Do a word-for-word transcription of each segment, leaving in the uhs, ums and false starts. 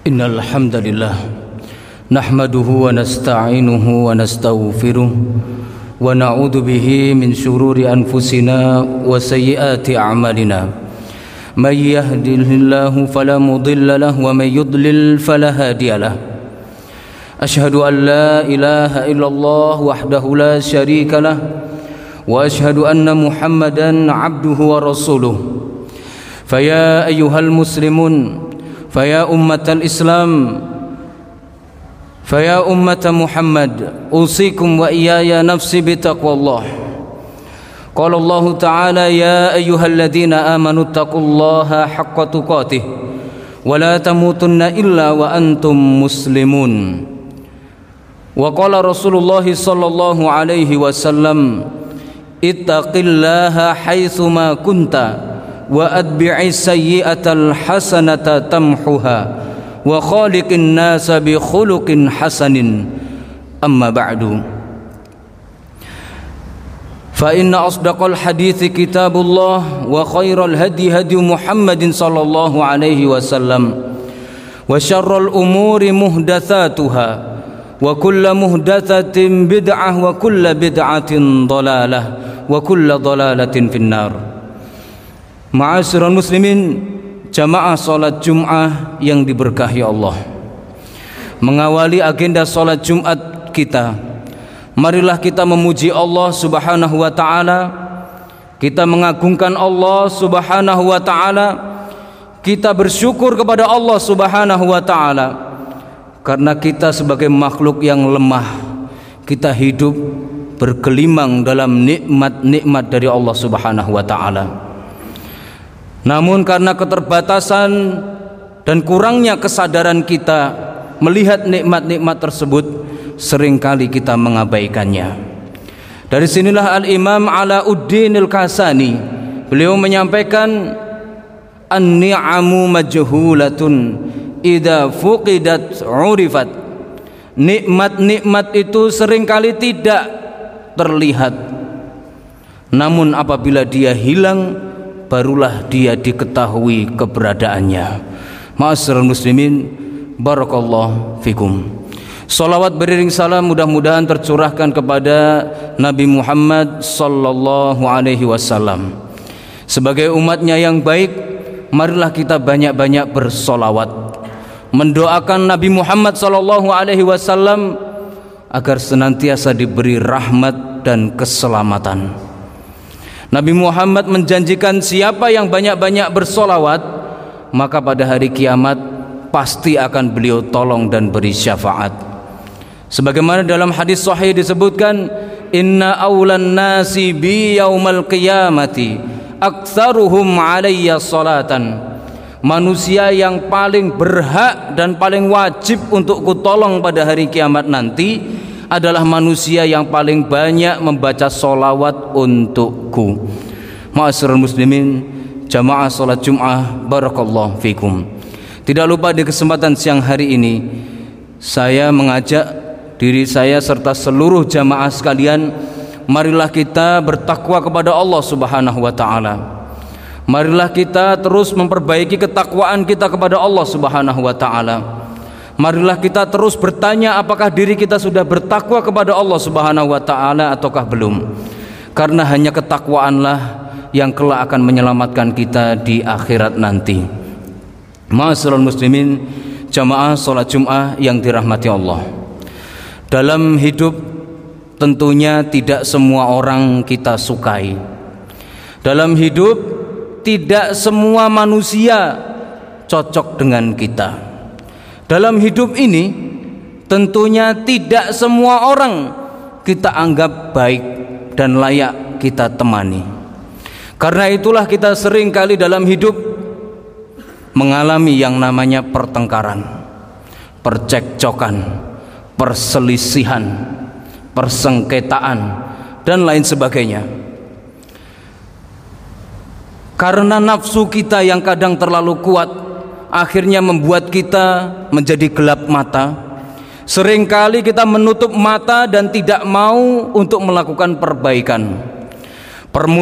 Innal hamdalillah nahmaduhu wa nasta'inuhu wa nastaghfiruh wa na'udzu bihi min shururi anfusina wa sayyiati a'malina. May yahdihillahu fala mudilla lahu wa may yudlil fala hadiya lahu. Ashhadu an la ilaha illallah wahdahu la syarika lah wa ashhadu anna Muhammadan 'abduhu wa rasuluh. Faya ayyuhal muslimun faya ummatal Islam faya ummata Muhammad usikum wa iyaya nafsi bitaqwallah. Qala Allah Ta'ala ya ayyuhalladzina amanu taqullaha haqqa tuqatih wa la tamutunna illa wa antum muslimun. Wa qala Rasulullah sallallahu alaihi wasallam ittaqillaha haitsu ma kunta wa adbi'is sayyi'atal hasanata tamhuha wa khaliqin nasa bi khuluqin hasanin. Amma ba'du, fa inna asdaqal hadithi kitabullah wa khairal hadi hadi Muhammadin sallallahu alaihi wasallam wa syarrul umuri muhdatsatuha wa kullu muhdatsatin bid'ah wa kullu bid'atin dhalalah wa kullu dhalalatin finnar. Ma'asyiral muslimin, jamaah salat Jum'ah yang diberkahi Allah. Mengawali agenda salat Jumat kita, marilah kita memuji Allah Subhanahu wa taala. Kita mengagungkan Allah Subhanahu wa taala. Kita bersyukur kepada Allah Subhanahu wa taala karena kita sebagai makhluk yang lemah, kita hidup bergelimang dalam nikmat-nikmat dari Allah Subhanahu wa taala. Namun karena keterbatasan dan kurangnya kesadaran kita melihat nikmat-nikmat tersebut, seringkali kita mengabaikannya. Dari sinilah Al-Imam Alauddin Al-Kasani, beliau menyampaikan an-ni'amu majhulatun idza fuqidat urifat. Nikmat-nikmat itu seringkali tidak terlihat, namun apabila dia hilang barulah dia diketahui keberadaannya. Ma'asyiral muslimin, barakallahu fikum. Salawat beriring salam mudah-mudahan tercurahkan kepada Nabi Muhammad sallallahu alaihi wasallam. Sebagai umatnya yang baik, marilah kita banyak-banyak bersolawat, mendoakan Nabi Muhammad sallallahu alaihi wasallam agar senantiasa diberi rahmat dan keselamatan. Nabi Muhammad menjanjikan siapa yang banyak-banyak bersolawat, maka pada hari kiamat pasti akan beliau tolong dan beri syafaat. Sebagaimana dalam hadis sahih disebutkan, inna awlan nasi bi yaumal qiyamati aktsaruhum alayya salatan. Manusia yang paling berhak dan paling wajib untuk kutolong pada hari kiamat nanti adalah manusia yang paling banyak membaca solawat untukku. Ma'asyiral muslimin, jamaah salat Jum'ah, barakallahu fikum. Tidak lupa di kesempatan siang hari ini saya mengajak diri saya serta seluruh jamaah sekalian, marilah kita bertakwa kepada Allah Subhanahu wa taala. Marilah kita terus memperbaiki ketakwaan kita kepada Allah Subhanahu wa taala. Marilah kita terus bertanya apakah diri kita sudah bertakwa kepada Allah Subhanahu wa taala ataukah belum. Karena hanya ketakwaanlah yang kelak akan menyelamatkan kita di akhirat nanti. Ma'asyiral muslimin, jamaah salat Jum'ah yang dirahmati Allah. Dalam hidup tentunya tidak semua orang kita sukai. Dalam hidup tidak semua manusia cocok dengan kita. Dalam hidup ini tentunya tidak semua orang kita anggap baik dan layak kita temani. Karena itulah kita sering kali dalam hidup mengalami yang namanya pertengkaran, percekcokan, perselisihan, persengketaan dan lain sebagainya. Karena nafsu kita yang kadang terlalu kuat, akhirnya membuat kita menjadi gelap mata. Seringkali kita menutup mata dan tidak mau untuk melakukan perbaikan.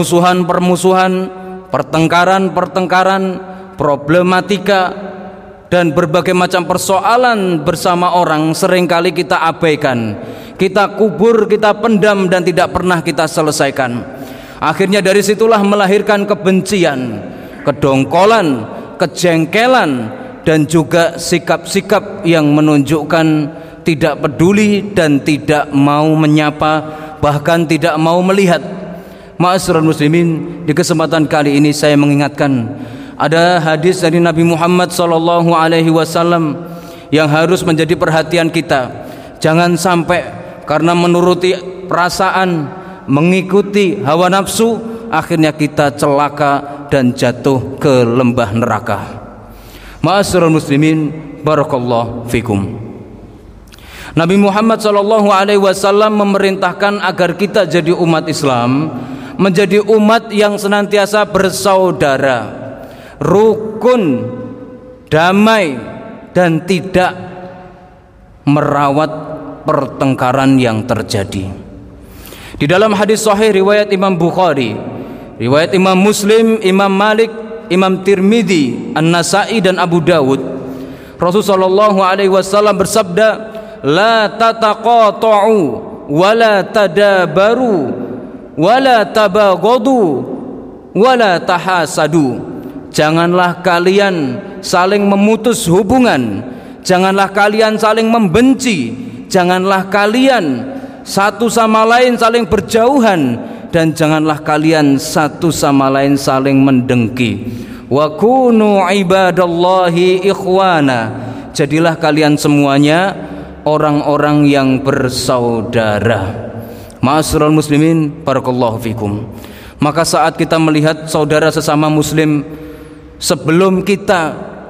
Permusuhan-permusuhan, pertengkaran-pertengkaran, problematika dan berbagai macam persoalan bersama orang seringkali kita abaikan, kita kubur, kita pendam dan tidak pernah kita selesaikan. Akhirnya dari situlah melahirkan kebencian, kedongkolan, kejengkelan, dan juga sikap-sikap yang menunjukkan tidak peduli dan tidak mau menyapa, bahkan tidak mau melihat. Ma'asyiral muslimin, di kesempatan kali ini saya mengingatkan ada hadis dari Nabi Muhammad sallallahu alaihi wasallam yang harus menjadi perhatian kita. Jangan sampai karena menuruti perasaan, mengikuti hawa nafsu, akhirnya kita celaka dan jatuh ke lembah neraka. Ma'asyiral muslimin, barakallahu fikum. Nabi Muhammad sallallahu alaihi wasallam memerintahkan agar kita jadi umat Islam menjadi umat yang senantiasa bersaudara, rukun, damai, dan tidak merawat pertengkaran yang terjadi. Di dalam hadis sahih riwayat Imam Bukhari, riwayat Imam Muslim, Imam Malik, Imam Tirmidzi, An-Nasa'i dan Abu Dawud, Rasulullah sallallahu alaihi wasallam bersabda, la tataqata'u wa la tadabaru wa la tabaghadu wa la tahasadu. Janganlah kalian saling memutus hubungan, janganlah kalian saling membenci, janganlah kalian satu sama lain saling berjauhan, dan janganlah kalian satu sama lain saling mendengki. Wa kunu ibadallahi ikhwana. Jadilah kalian semuanya orang-orang yang bersaudara. Ma'asyiral muslimin, barakallahu fikum. Maka saat kita melihat saudara sesama muslim, sebelum kita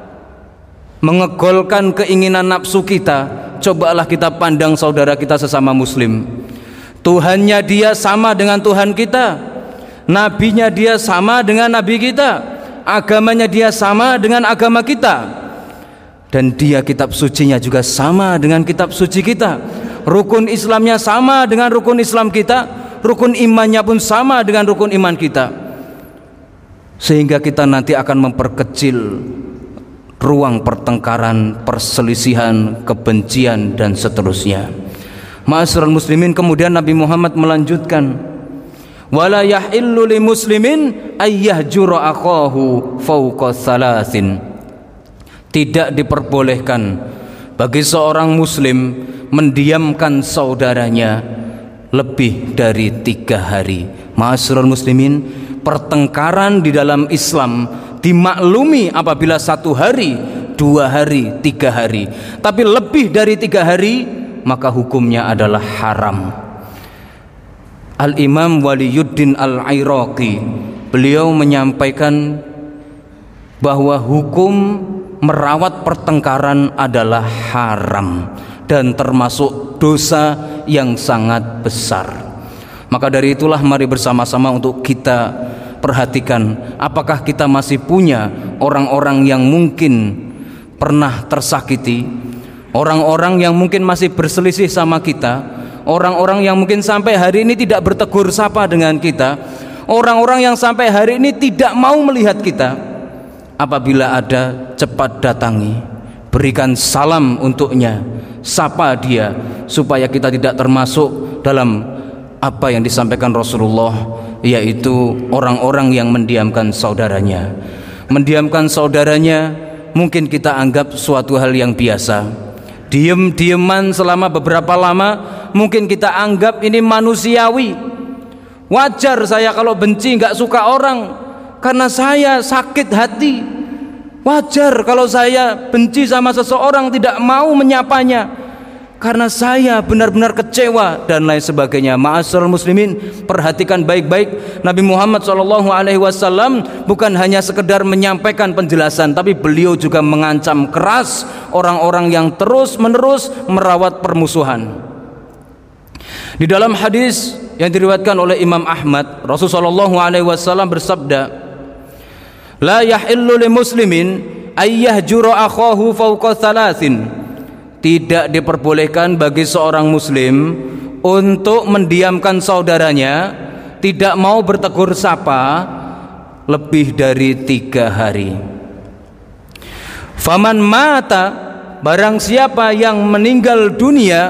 mengegolkan keinginan nafsu kita, cobalah kita pandang saudara kita sesama muslim. Tuhannya dia sama dengan Tuhan kita, nabinya dia sama dengan nabi kita, agamanya dia sama dengan agama kita, dan dia kitab sucinya juga sama dengan kitab suci kita, rukun Islamnya sama dengan rukun Islam kita, rukun imannya pun sama dengan rukun iman kita, sehingga kita nanti akan memperkecil ruang pertengkaran, perselisihan, kebencian, dan seterusnya. Ma'asyiral muslimin, kemudian Nabi Muhammad melanjutkan, wala yahillu li muslimin ayyahjura akhahu fawqa thalathin. Tidak diperbolehkan bagi seorang muslim mendiamkan saudaranya lebih dari tiga hari. Ma'asyiral muslimin, pertengkaran di dalam Islam dimaklumi apabila satu hari, dua hari, tiga hari. Tapi lebih dari tiga hari maka hukumnya adalah haram. Al-Imam Waliyuddin Al-Iraqi, beliau menyampaikan bahwa hukum merawat pertengkaran adalah haram dan termasuk dosa yang sangat besar. Maka dari itulah mari bersama-sama untuk kita perhatikan, apakah kita masih punya orang-orang yang mungkin pernah tersakiti, orang-orang yang mungkin masih berselisih sama kita, orang-orang yang mungkin sampai hari ini tidak bertegur sapa dengan kita, orang-orang yang sampai hari ini tidak mau melihat kita. Apabila ada, cepat datangi, berikan salam untuknya, sapa dia, supaya kita tidak termasuk dalam apa yang disampaikan Rasulullah, yaitu orang-orang yang mendiamkan saudaranya. Mendiamkan saudaranya mungkin kita anggap suatu hal yang biasa, diem-dieman selama beberapa lama mungkin kita anggap ini manusiawi. Wajar saya kalau benci, nggak suka orang karena saya sakit hati. Wajar kalau saya benci sama seseorang, tidak mau menyapanya karena saya benar-benar kecewa dan lain sebagainya. Ma'asyiral muslimin, perhatikan baik-baik, Nabi Muhammad shallallahu alaihi wasallam bukan hanya sekedar menyampaikan penjelasan, tapi beliau juga mengancam keras orang-orang yang terus-menerus merawat permusuhan. Di dalam hadis yang diriwayatkan oleh Imam Ahmad, Rasulullah shallallahu alaihi wasallam bersabda, la yahillu li muslimin ayyahjura akhahu fawqa thalathin. Tidak diperbolehkan bagi seorang muslim untuk mendiamkan saudaranya, tidak mau bertegur sapa lebih dari tiga hari. Faman mata, barang siapa yang meninggal dunia,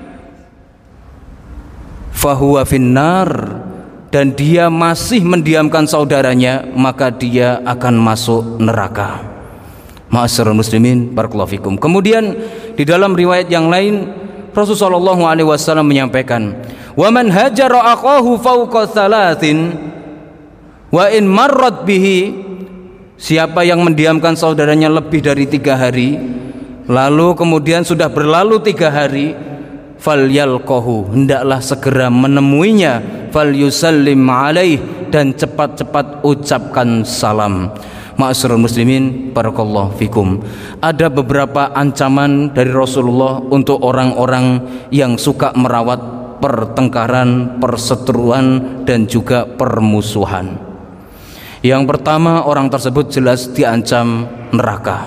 fahuwa finnar, dan dia masih mendiamkan saudaranya, maka dia akan masuk neraka. Ma'asyiral muslimin, barakallahu fikum. Kemudian di dalam riwayat yang lain Rasulullah shallallahu alaihi wasallam menyampaikan, wa man hajara aqahu fawqa thalathin wa in marrat bihi, siapa yang mendiamkan saudaranya lebih dari tiga hari, lalu kemudian sudah berlalu tiga hari, falyalqahu, hendaklah segera menemuinya, falyusallim alaih, dan cepat-cepat ucapkan salam. Ma'asyiral muslimin, barakallahu fikum. Ada beberapa ancaman dari Rasulullah untuk orang-orang yang suka merawat pertengkaran, perseteruan, dan juga permusuhan. Yang pertama, orang tersebut jelas diancam neraka.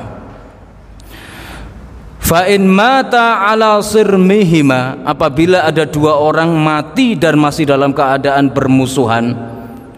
Fa in mata ala sirmihima, apabila ada dua orang mati dan masih dalam keadaan bermusuhan,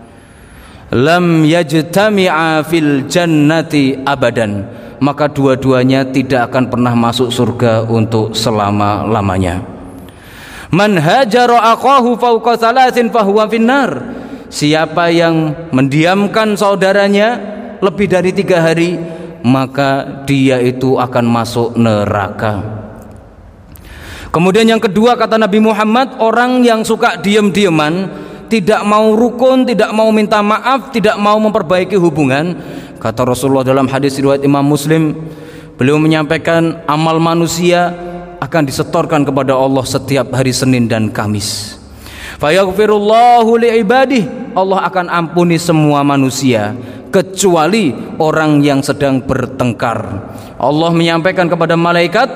lam yajtami'a fil jannati abadan, maka dua-duanya tidak akan pernah masuk surga untuk selama-lamanya. Man hajara aqahu fawqa thalathin fahuwa finnar, siapa yang mendiamkan saudaranya lebih dari tiga hari, maka dia itu akan masuk neraka. Kemudian yang kedua, kata Nabi Muhammad, orang yang suka diam-diaman, tidak mau rukun, tidak mau minta maaf, tidak mau memperbaiki hubungan. Kata Rasulullah dalam hadis riwayat Imam Muslim, beliau menyampaikan amal manusia akan disetorkan kepada Allah setiap hari Senin dan Kamis. Fayaghfirullahu li'ibadih, Allah akan ampuni semua manusia kecuali orang yang sedang bertengkar. Allah menyampaikan kepada malaikat,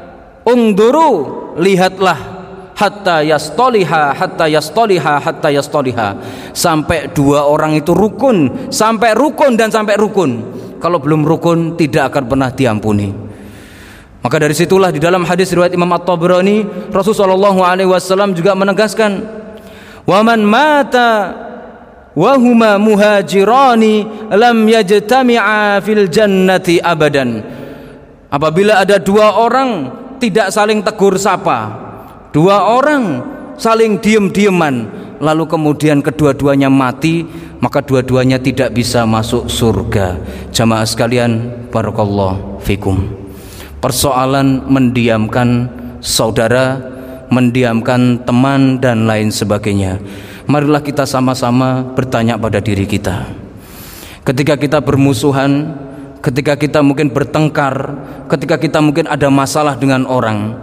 ungduru, lihatlah, hatta yastoliha hatta yastoliha hatta yastoliha, sampai dua orang itu rukun, sampai rukun dan sampai rukun. Kalau belum rukun tidak akan pernah diampuni. Maka dari situlah di dalam hadis riwayat Imam At-Tabrani, Rasulullah shallallahu alaihi wasallam juga menegaskan, wa man mata wa huma muhajirani lam yajtami'a fil jannati abadan. Apabila ada dua orang tidak saling tegur sapa, dua orang saling diem-dieman, lalu kemudian kedua-duanya mati, maka dua-duanya tidak bisa masuk surga. Jamaah sekalian, barakallahu fikum. Persoalan mendiamkan saudara, mendiamkan teman, dan lain sebagainya. Marilah kita sama-sama bertanya pada diri kita. Ketika kita bermusuhan, ketika kita mungkin bertengkar, ketika kita mungkin ada masalah dengan orang,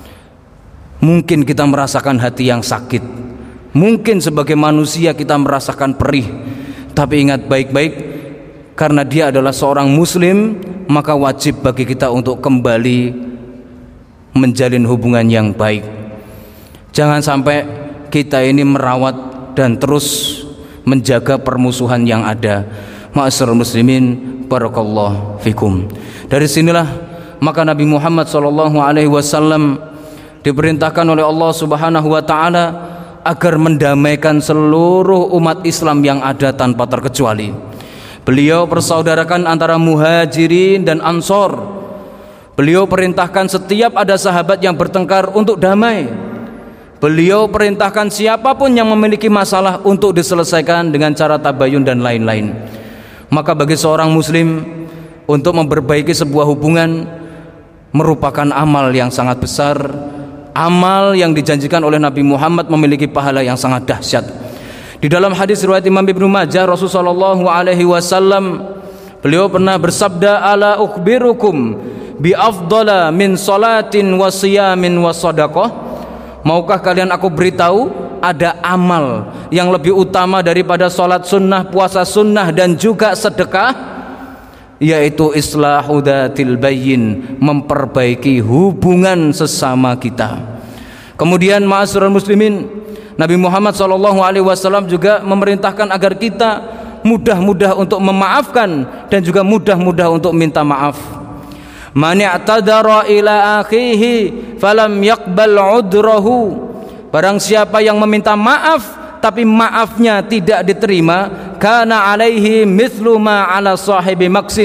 mungkin kita merasakan hati yang sakit, mungkin sebagai manusia kita merasakan perih. Tapi ingat baik-baik, karena dia adalah seorang muslim, maka wajib bagi kita untuk kembali menjalin hubungan yang baik. Jangan sampai kita ini merawat dan terus menjaga permusuhan yang ada. Ma'asyiral muslimin, barakallahu fikum. Dari sinilah maka Nabi Muhammad shallallahu alaihi wasallam diperintahkan oleh Allah Subhanahu wa taala agar mendamaikan seluruh umat Islam yang ada tanpa terkecuali. Beliau persaudarakan antara muhajirin dan ansor. Beliau perintahkan setiap ada sahabat yang bertengkar untuk damai. Beliau perintahkan siapapun yang memiliki masalah untuk diselesaikan dengan cara tabayun dan lain-lain. Maka bagi seorang muslim untuk memperbaiki sebuah hubungan merupakan amal yang sangat besar, amal yang dijanjikan oleh Nabi Muhammad memiliki pahala yang sangat dahsyat. Di dalam hadis riwayat Imam Ibnu Majah, Rasulullah shallallahu alaihi wasallam beliau pernah bersabda, ala ukhbirukum bi afdala min salatin wa siyamin wa sadaqah, maukah kalian aku beritahu ada amal yang lebih utama daripada salat sunnah, puasa sunnah, dan juga sedekah, yaitu islahu dzatil bayyin, memperbaiki hubungan sesama kita. Kemudian ma'asyiral muslimin, Nabi Muhammad shallallahu alaihi wasallam juga memerintahkan agar kita mudah-mudah untuk memaafkan dan juga mudah-mudah untuk minta maaf. Man i'tadara ila akhihi falam yaqbal udrahu, barang siapa yang meminta maaf tapi maafnya tidak diterima, kana alaihi mithlu ma ala sahibi maksin,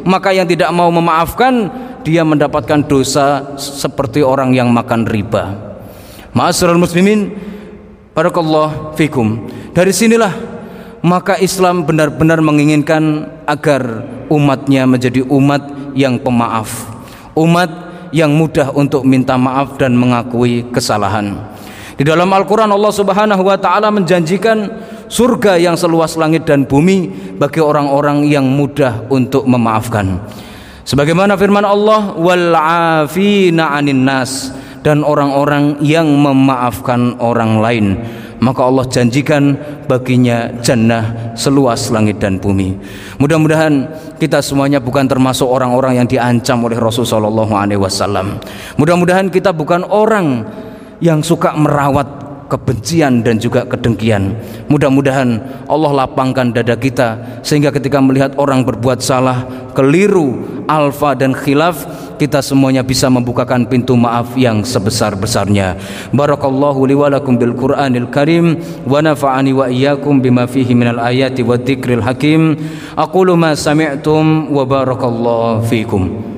maka yang tidak mau memaafkan dia mendapatkan dosa seperti orang yang makan riba. Ma'asyiral muslimin, barakallahu fikum. Dari sinilah maka Islam benar-benar menginginkan agar umatnya menjadi umat yang pemaaf, umat yang mudah untuk minta maaf dan mengakui kesalahan. Di dalam Al-Quran Allah Subhanahu wa ta'ala menjanjikan surga yang seluas langit dan bumi bagi orang-orang yang mudah untuk memaafkan. Sebagaimana firman Allah, wal 'afina 'anin nas, dan orang-orang yang memaafkan orang lain, maka Allah janjikan baginya jannah seluas langit dan bumi. Mudah-mudahan kita semuanya bukan termasuk orang-orang yang diancam oleh Rasul sallallahu alaihi wasallam. Mudah-mudahan kita bukan orang yang suka merawat kebencian dan juga kedengkian. Mudah-mudahan Allah lapangkan dada kita sehingga ketika melihat orang berbuat salah, keliru, alfa dan khilaf, kita semuanya bisa membukakan pintu maaf yang sebesar-besarnya. Barakallahu li wa lakum bil Qur'anil Karim wa nafa'ani wa iyyakum bima fihi minal ayati wa dzikril hakim. Aqulu ma sami'tum wa barakallahu fikum.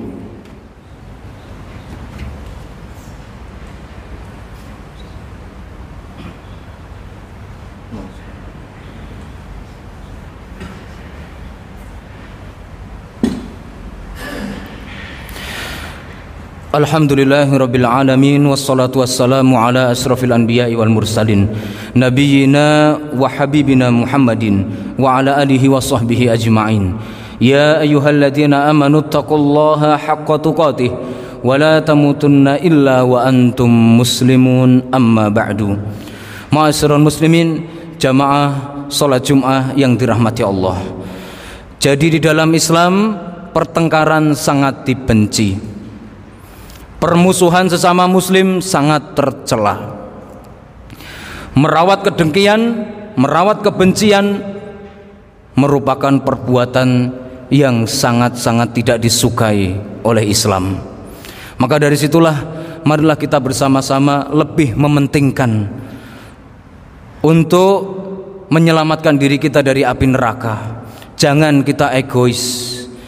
Alhamdulillahirabbil alamin wassalatu wassalamu ala asrafil anbiya'i wal mursalin nabiyyina wa habibina Muhammadin wa ala alihi wa sahbihi ajma'in. Ya ayyuhalladzina amanu taqullaha haqqa tuqatih wa la tamutunna illa wa antum muslimun, amma ba'du. Ma'asyiral muslimin, jamaah salat Jumat yang dirahmati Allah. Jadi di dalam Islam pertengkaran sangat dibenci. Permusuhan sesama muslim sangat tercela. Merawat kedengkian, merawat kebencian merupakan perbuatan yang sangat-sangat tidak disukai oleh Islam. Maka dari situlah marilah kita bersama-sama lebih mementingkan untuk menyelamatkan diri kita dari api neraka. Jangan kita egois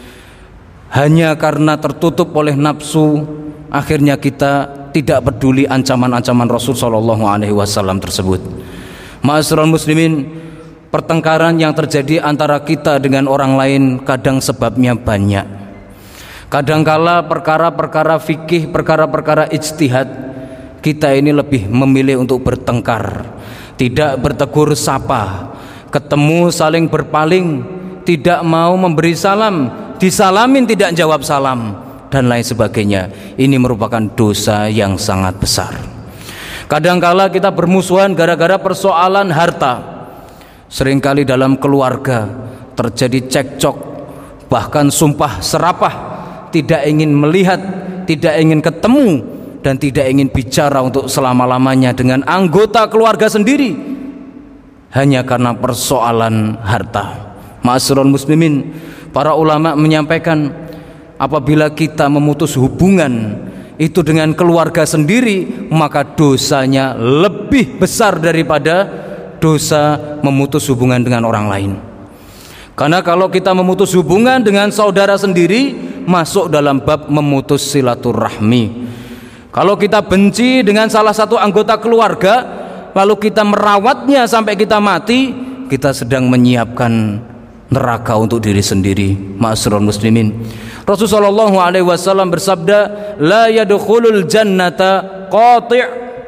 hanya karena tertutup oleh nafsu, akhirnya kita tidak peduli ancaman-ancaman Rasul sallallahu alaihi wasallam tersebut. Ma'asyiral muslimin, pertengkaran yang terjadi antara kita dengan orang lain kadang sebabnya banyak. Kadangkala perkara-perkara fikih, perkara-perkara ijtihad, kita ini lebih memilih untuk bertengkar, tidak bertegur sapa, ketemu saling berpaling, tidak mau memberi salam, disalamin tidak jawab salam, dan lain sebagainya. Ini merupakan dosa yang sangat besar. Kadangkala kita bermusuhan gara-gara persoalan harta. Seringkali dalam keluarga terjadi cekcok, bahkan sumpah serapah, tidak ingin melihat, tidak ingin ketemu, dan tidak ingin bicara untuk selama-lamanya dengan anggota keluarga sendiri hanya karena persoalan harta. Ma'asyiral muslimin, para ulama menyampaikan apabila kita memutus hubungan itu dengan keluarga sendiri, maka dosanya lebih besar daripada dosa memutus hubungan dengan orang lain. Karena kalau kita memutus hubungan dengan saudara sendiri, masuk dalam bab memutus silaturahmi. Kalau kita benci dengan salah satu anggota keluarga, lalu kita merawatnya sampai kita mati, kita sedang menyiapkan neraka untuk diri sendiri. Ma'asyiral muslimin, Rasulullah sallallahu alaihi wasallam bersabda, la yadkhulul jannata qati'.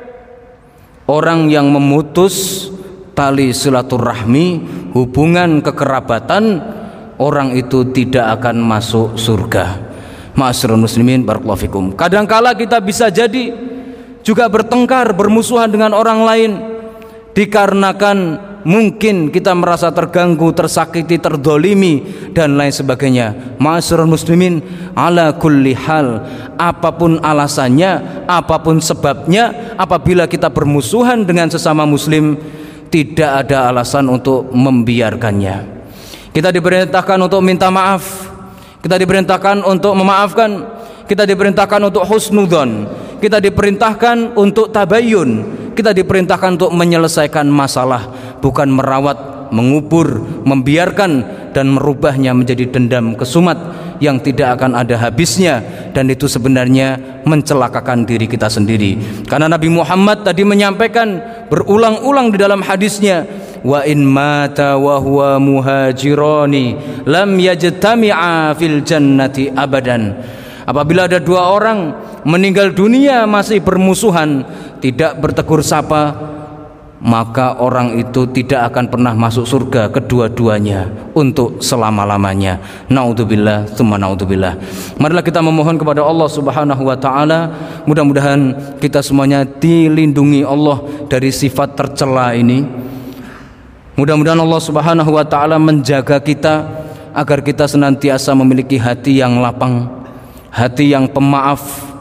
Orang yang memutus tali silaturahmi, hubungan kekerabatan, orang itu tidak akan masuk surga. Ma'asyiral muslimin, barakallahu fikum. Kadangkala kita bisa jadi juga bertengkar, bermusuhan dengan orang lain dikarenakan mungkin kita merasa terganggu, tersakiti, terdolimi, dan lain sebagainya. Ma'asyiral muslimin, ala kulli hal, apapun alasannya, apapun sebabnya, apabila kita bermusuhan dengan sesama muslim, tidak ada alasan untuk membiarkannya. Kita diperintahkan untuk minta maaf, kita diperintahkan untuk memaafkan, kita diperintahkan untuk husnudzon, kita diperintahkan untuk tabayyun, kita diperintahkan untuk menyelesaikan masalah, bukan merawat, mengubur, membiarkan dan merubahnya menjadi dendam kesumat yang tidak akan ada habisnya, dan itu sebenarnya mencelakakan diri kita sendiri. Karena Nabi Muhammad tadi menyampaikan berulang-ulang di dalam hadisnya, wa in mata wa huwa muhajirani lam yajtami'a fil jannati abadan. Apabila ada dua orang meninggal dunia masih bermusuhan, tidak bertegur sapa, maka orang itu tidak akan pernah masuk surga kedua-duanya untuk selama-lamanya. Naudzubillah, tsumma naudzubillah. Marilah kita memohon kepada Allah Subhanahu wa taala, mudah-mudahan kita semuanya dilindungi Allah dari sifat tercela ini. Mudah-mudahan Allah Subhanahu wa taala menjaga kita agar kita senantiasa memiliki hati yang lapang, hati yang pemaaf,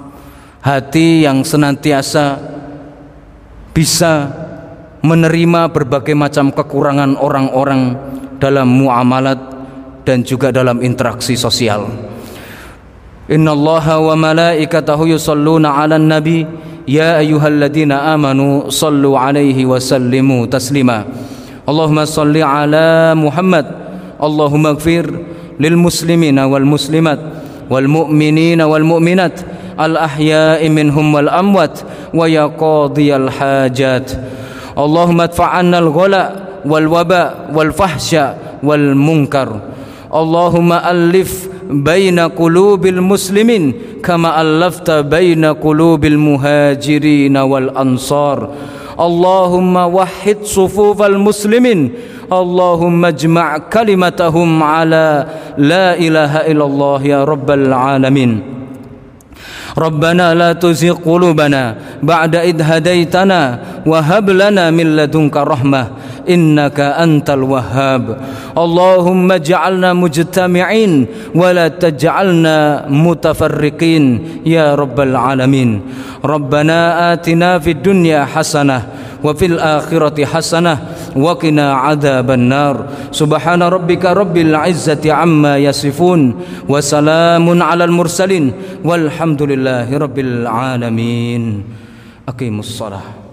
hati yang senantiasa bisa menerima berbagai macam kekurangan orang-orang dalam muamalat dan juga dalam interaksi sosial. Innallaha wa malaikatahu yusholluna 'alan nabi ya ayyuhalladzina amanu shallu 'alaihi wa sallimu taslima. Allahumma shalli 'ala Muhammad. Allahumma ighfir lil muslimina wal muslimat wal mu'minina wal mu'minat al ahya'i minhum wal amwat wa ya qadiyal hajat. Allahumma adfa'anna al-ghala wal waba wal fahsya wal munkar. Allahumma alif baina qulubil muslimin kama allafta baina qulubil muhajirin wal ansar. Allahumma wahhid sufufal muslimin. Allahumma ijma' kalimatahum ala la ilaha illallah ya rabbal alamin. Rabbana la tuzigh qulubana ba'da idh hadaitana wa hab lana min ladunka rahmah innaka antal wahhab. Allahumma ij'alna mujtami'in wa la taj'alna mutafarriqin ya rabbal alamin. Rabbana atina fid dunya hasanah wa fil akhirati hasanah wa qina adzaban nar. Subhana rabbika rabbil izzati amma yasifun wa salamun alal mursalin walhamdulillahi rabbil alamin. Aqimus shalah.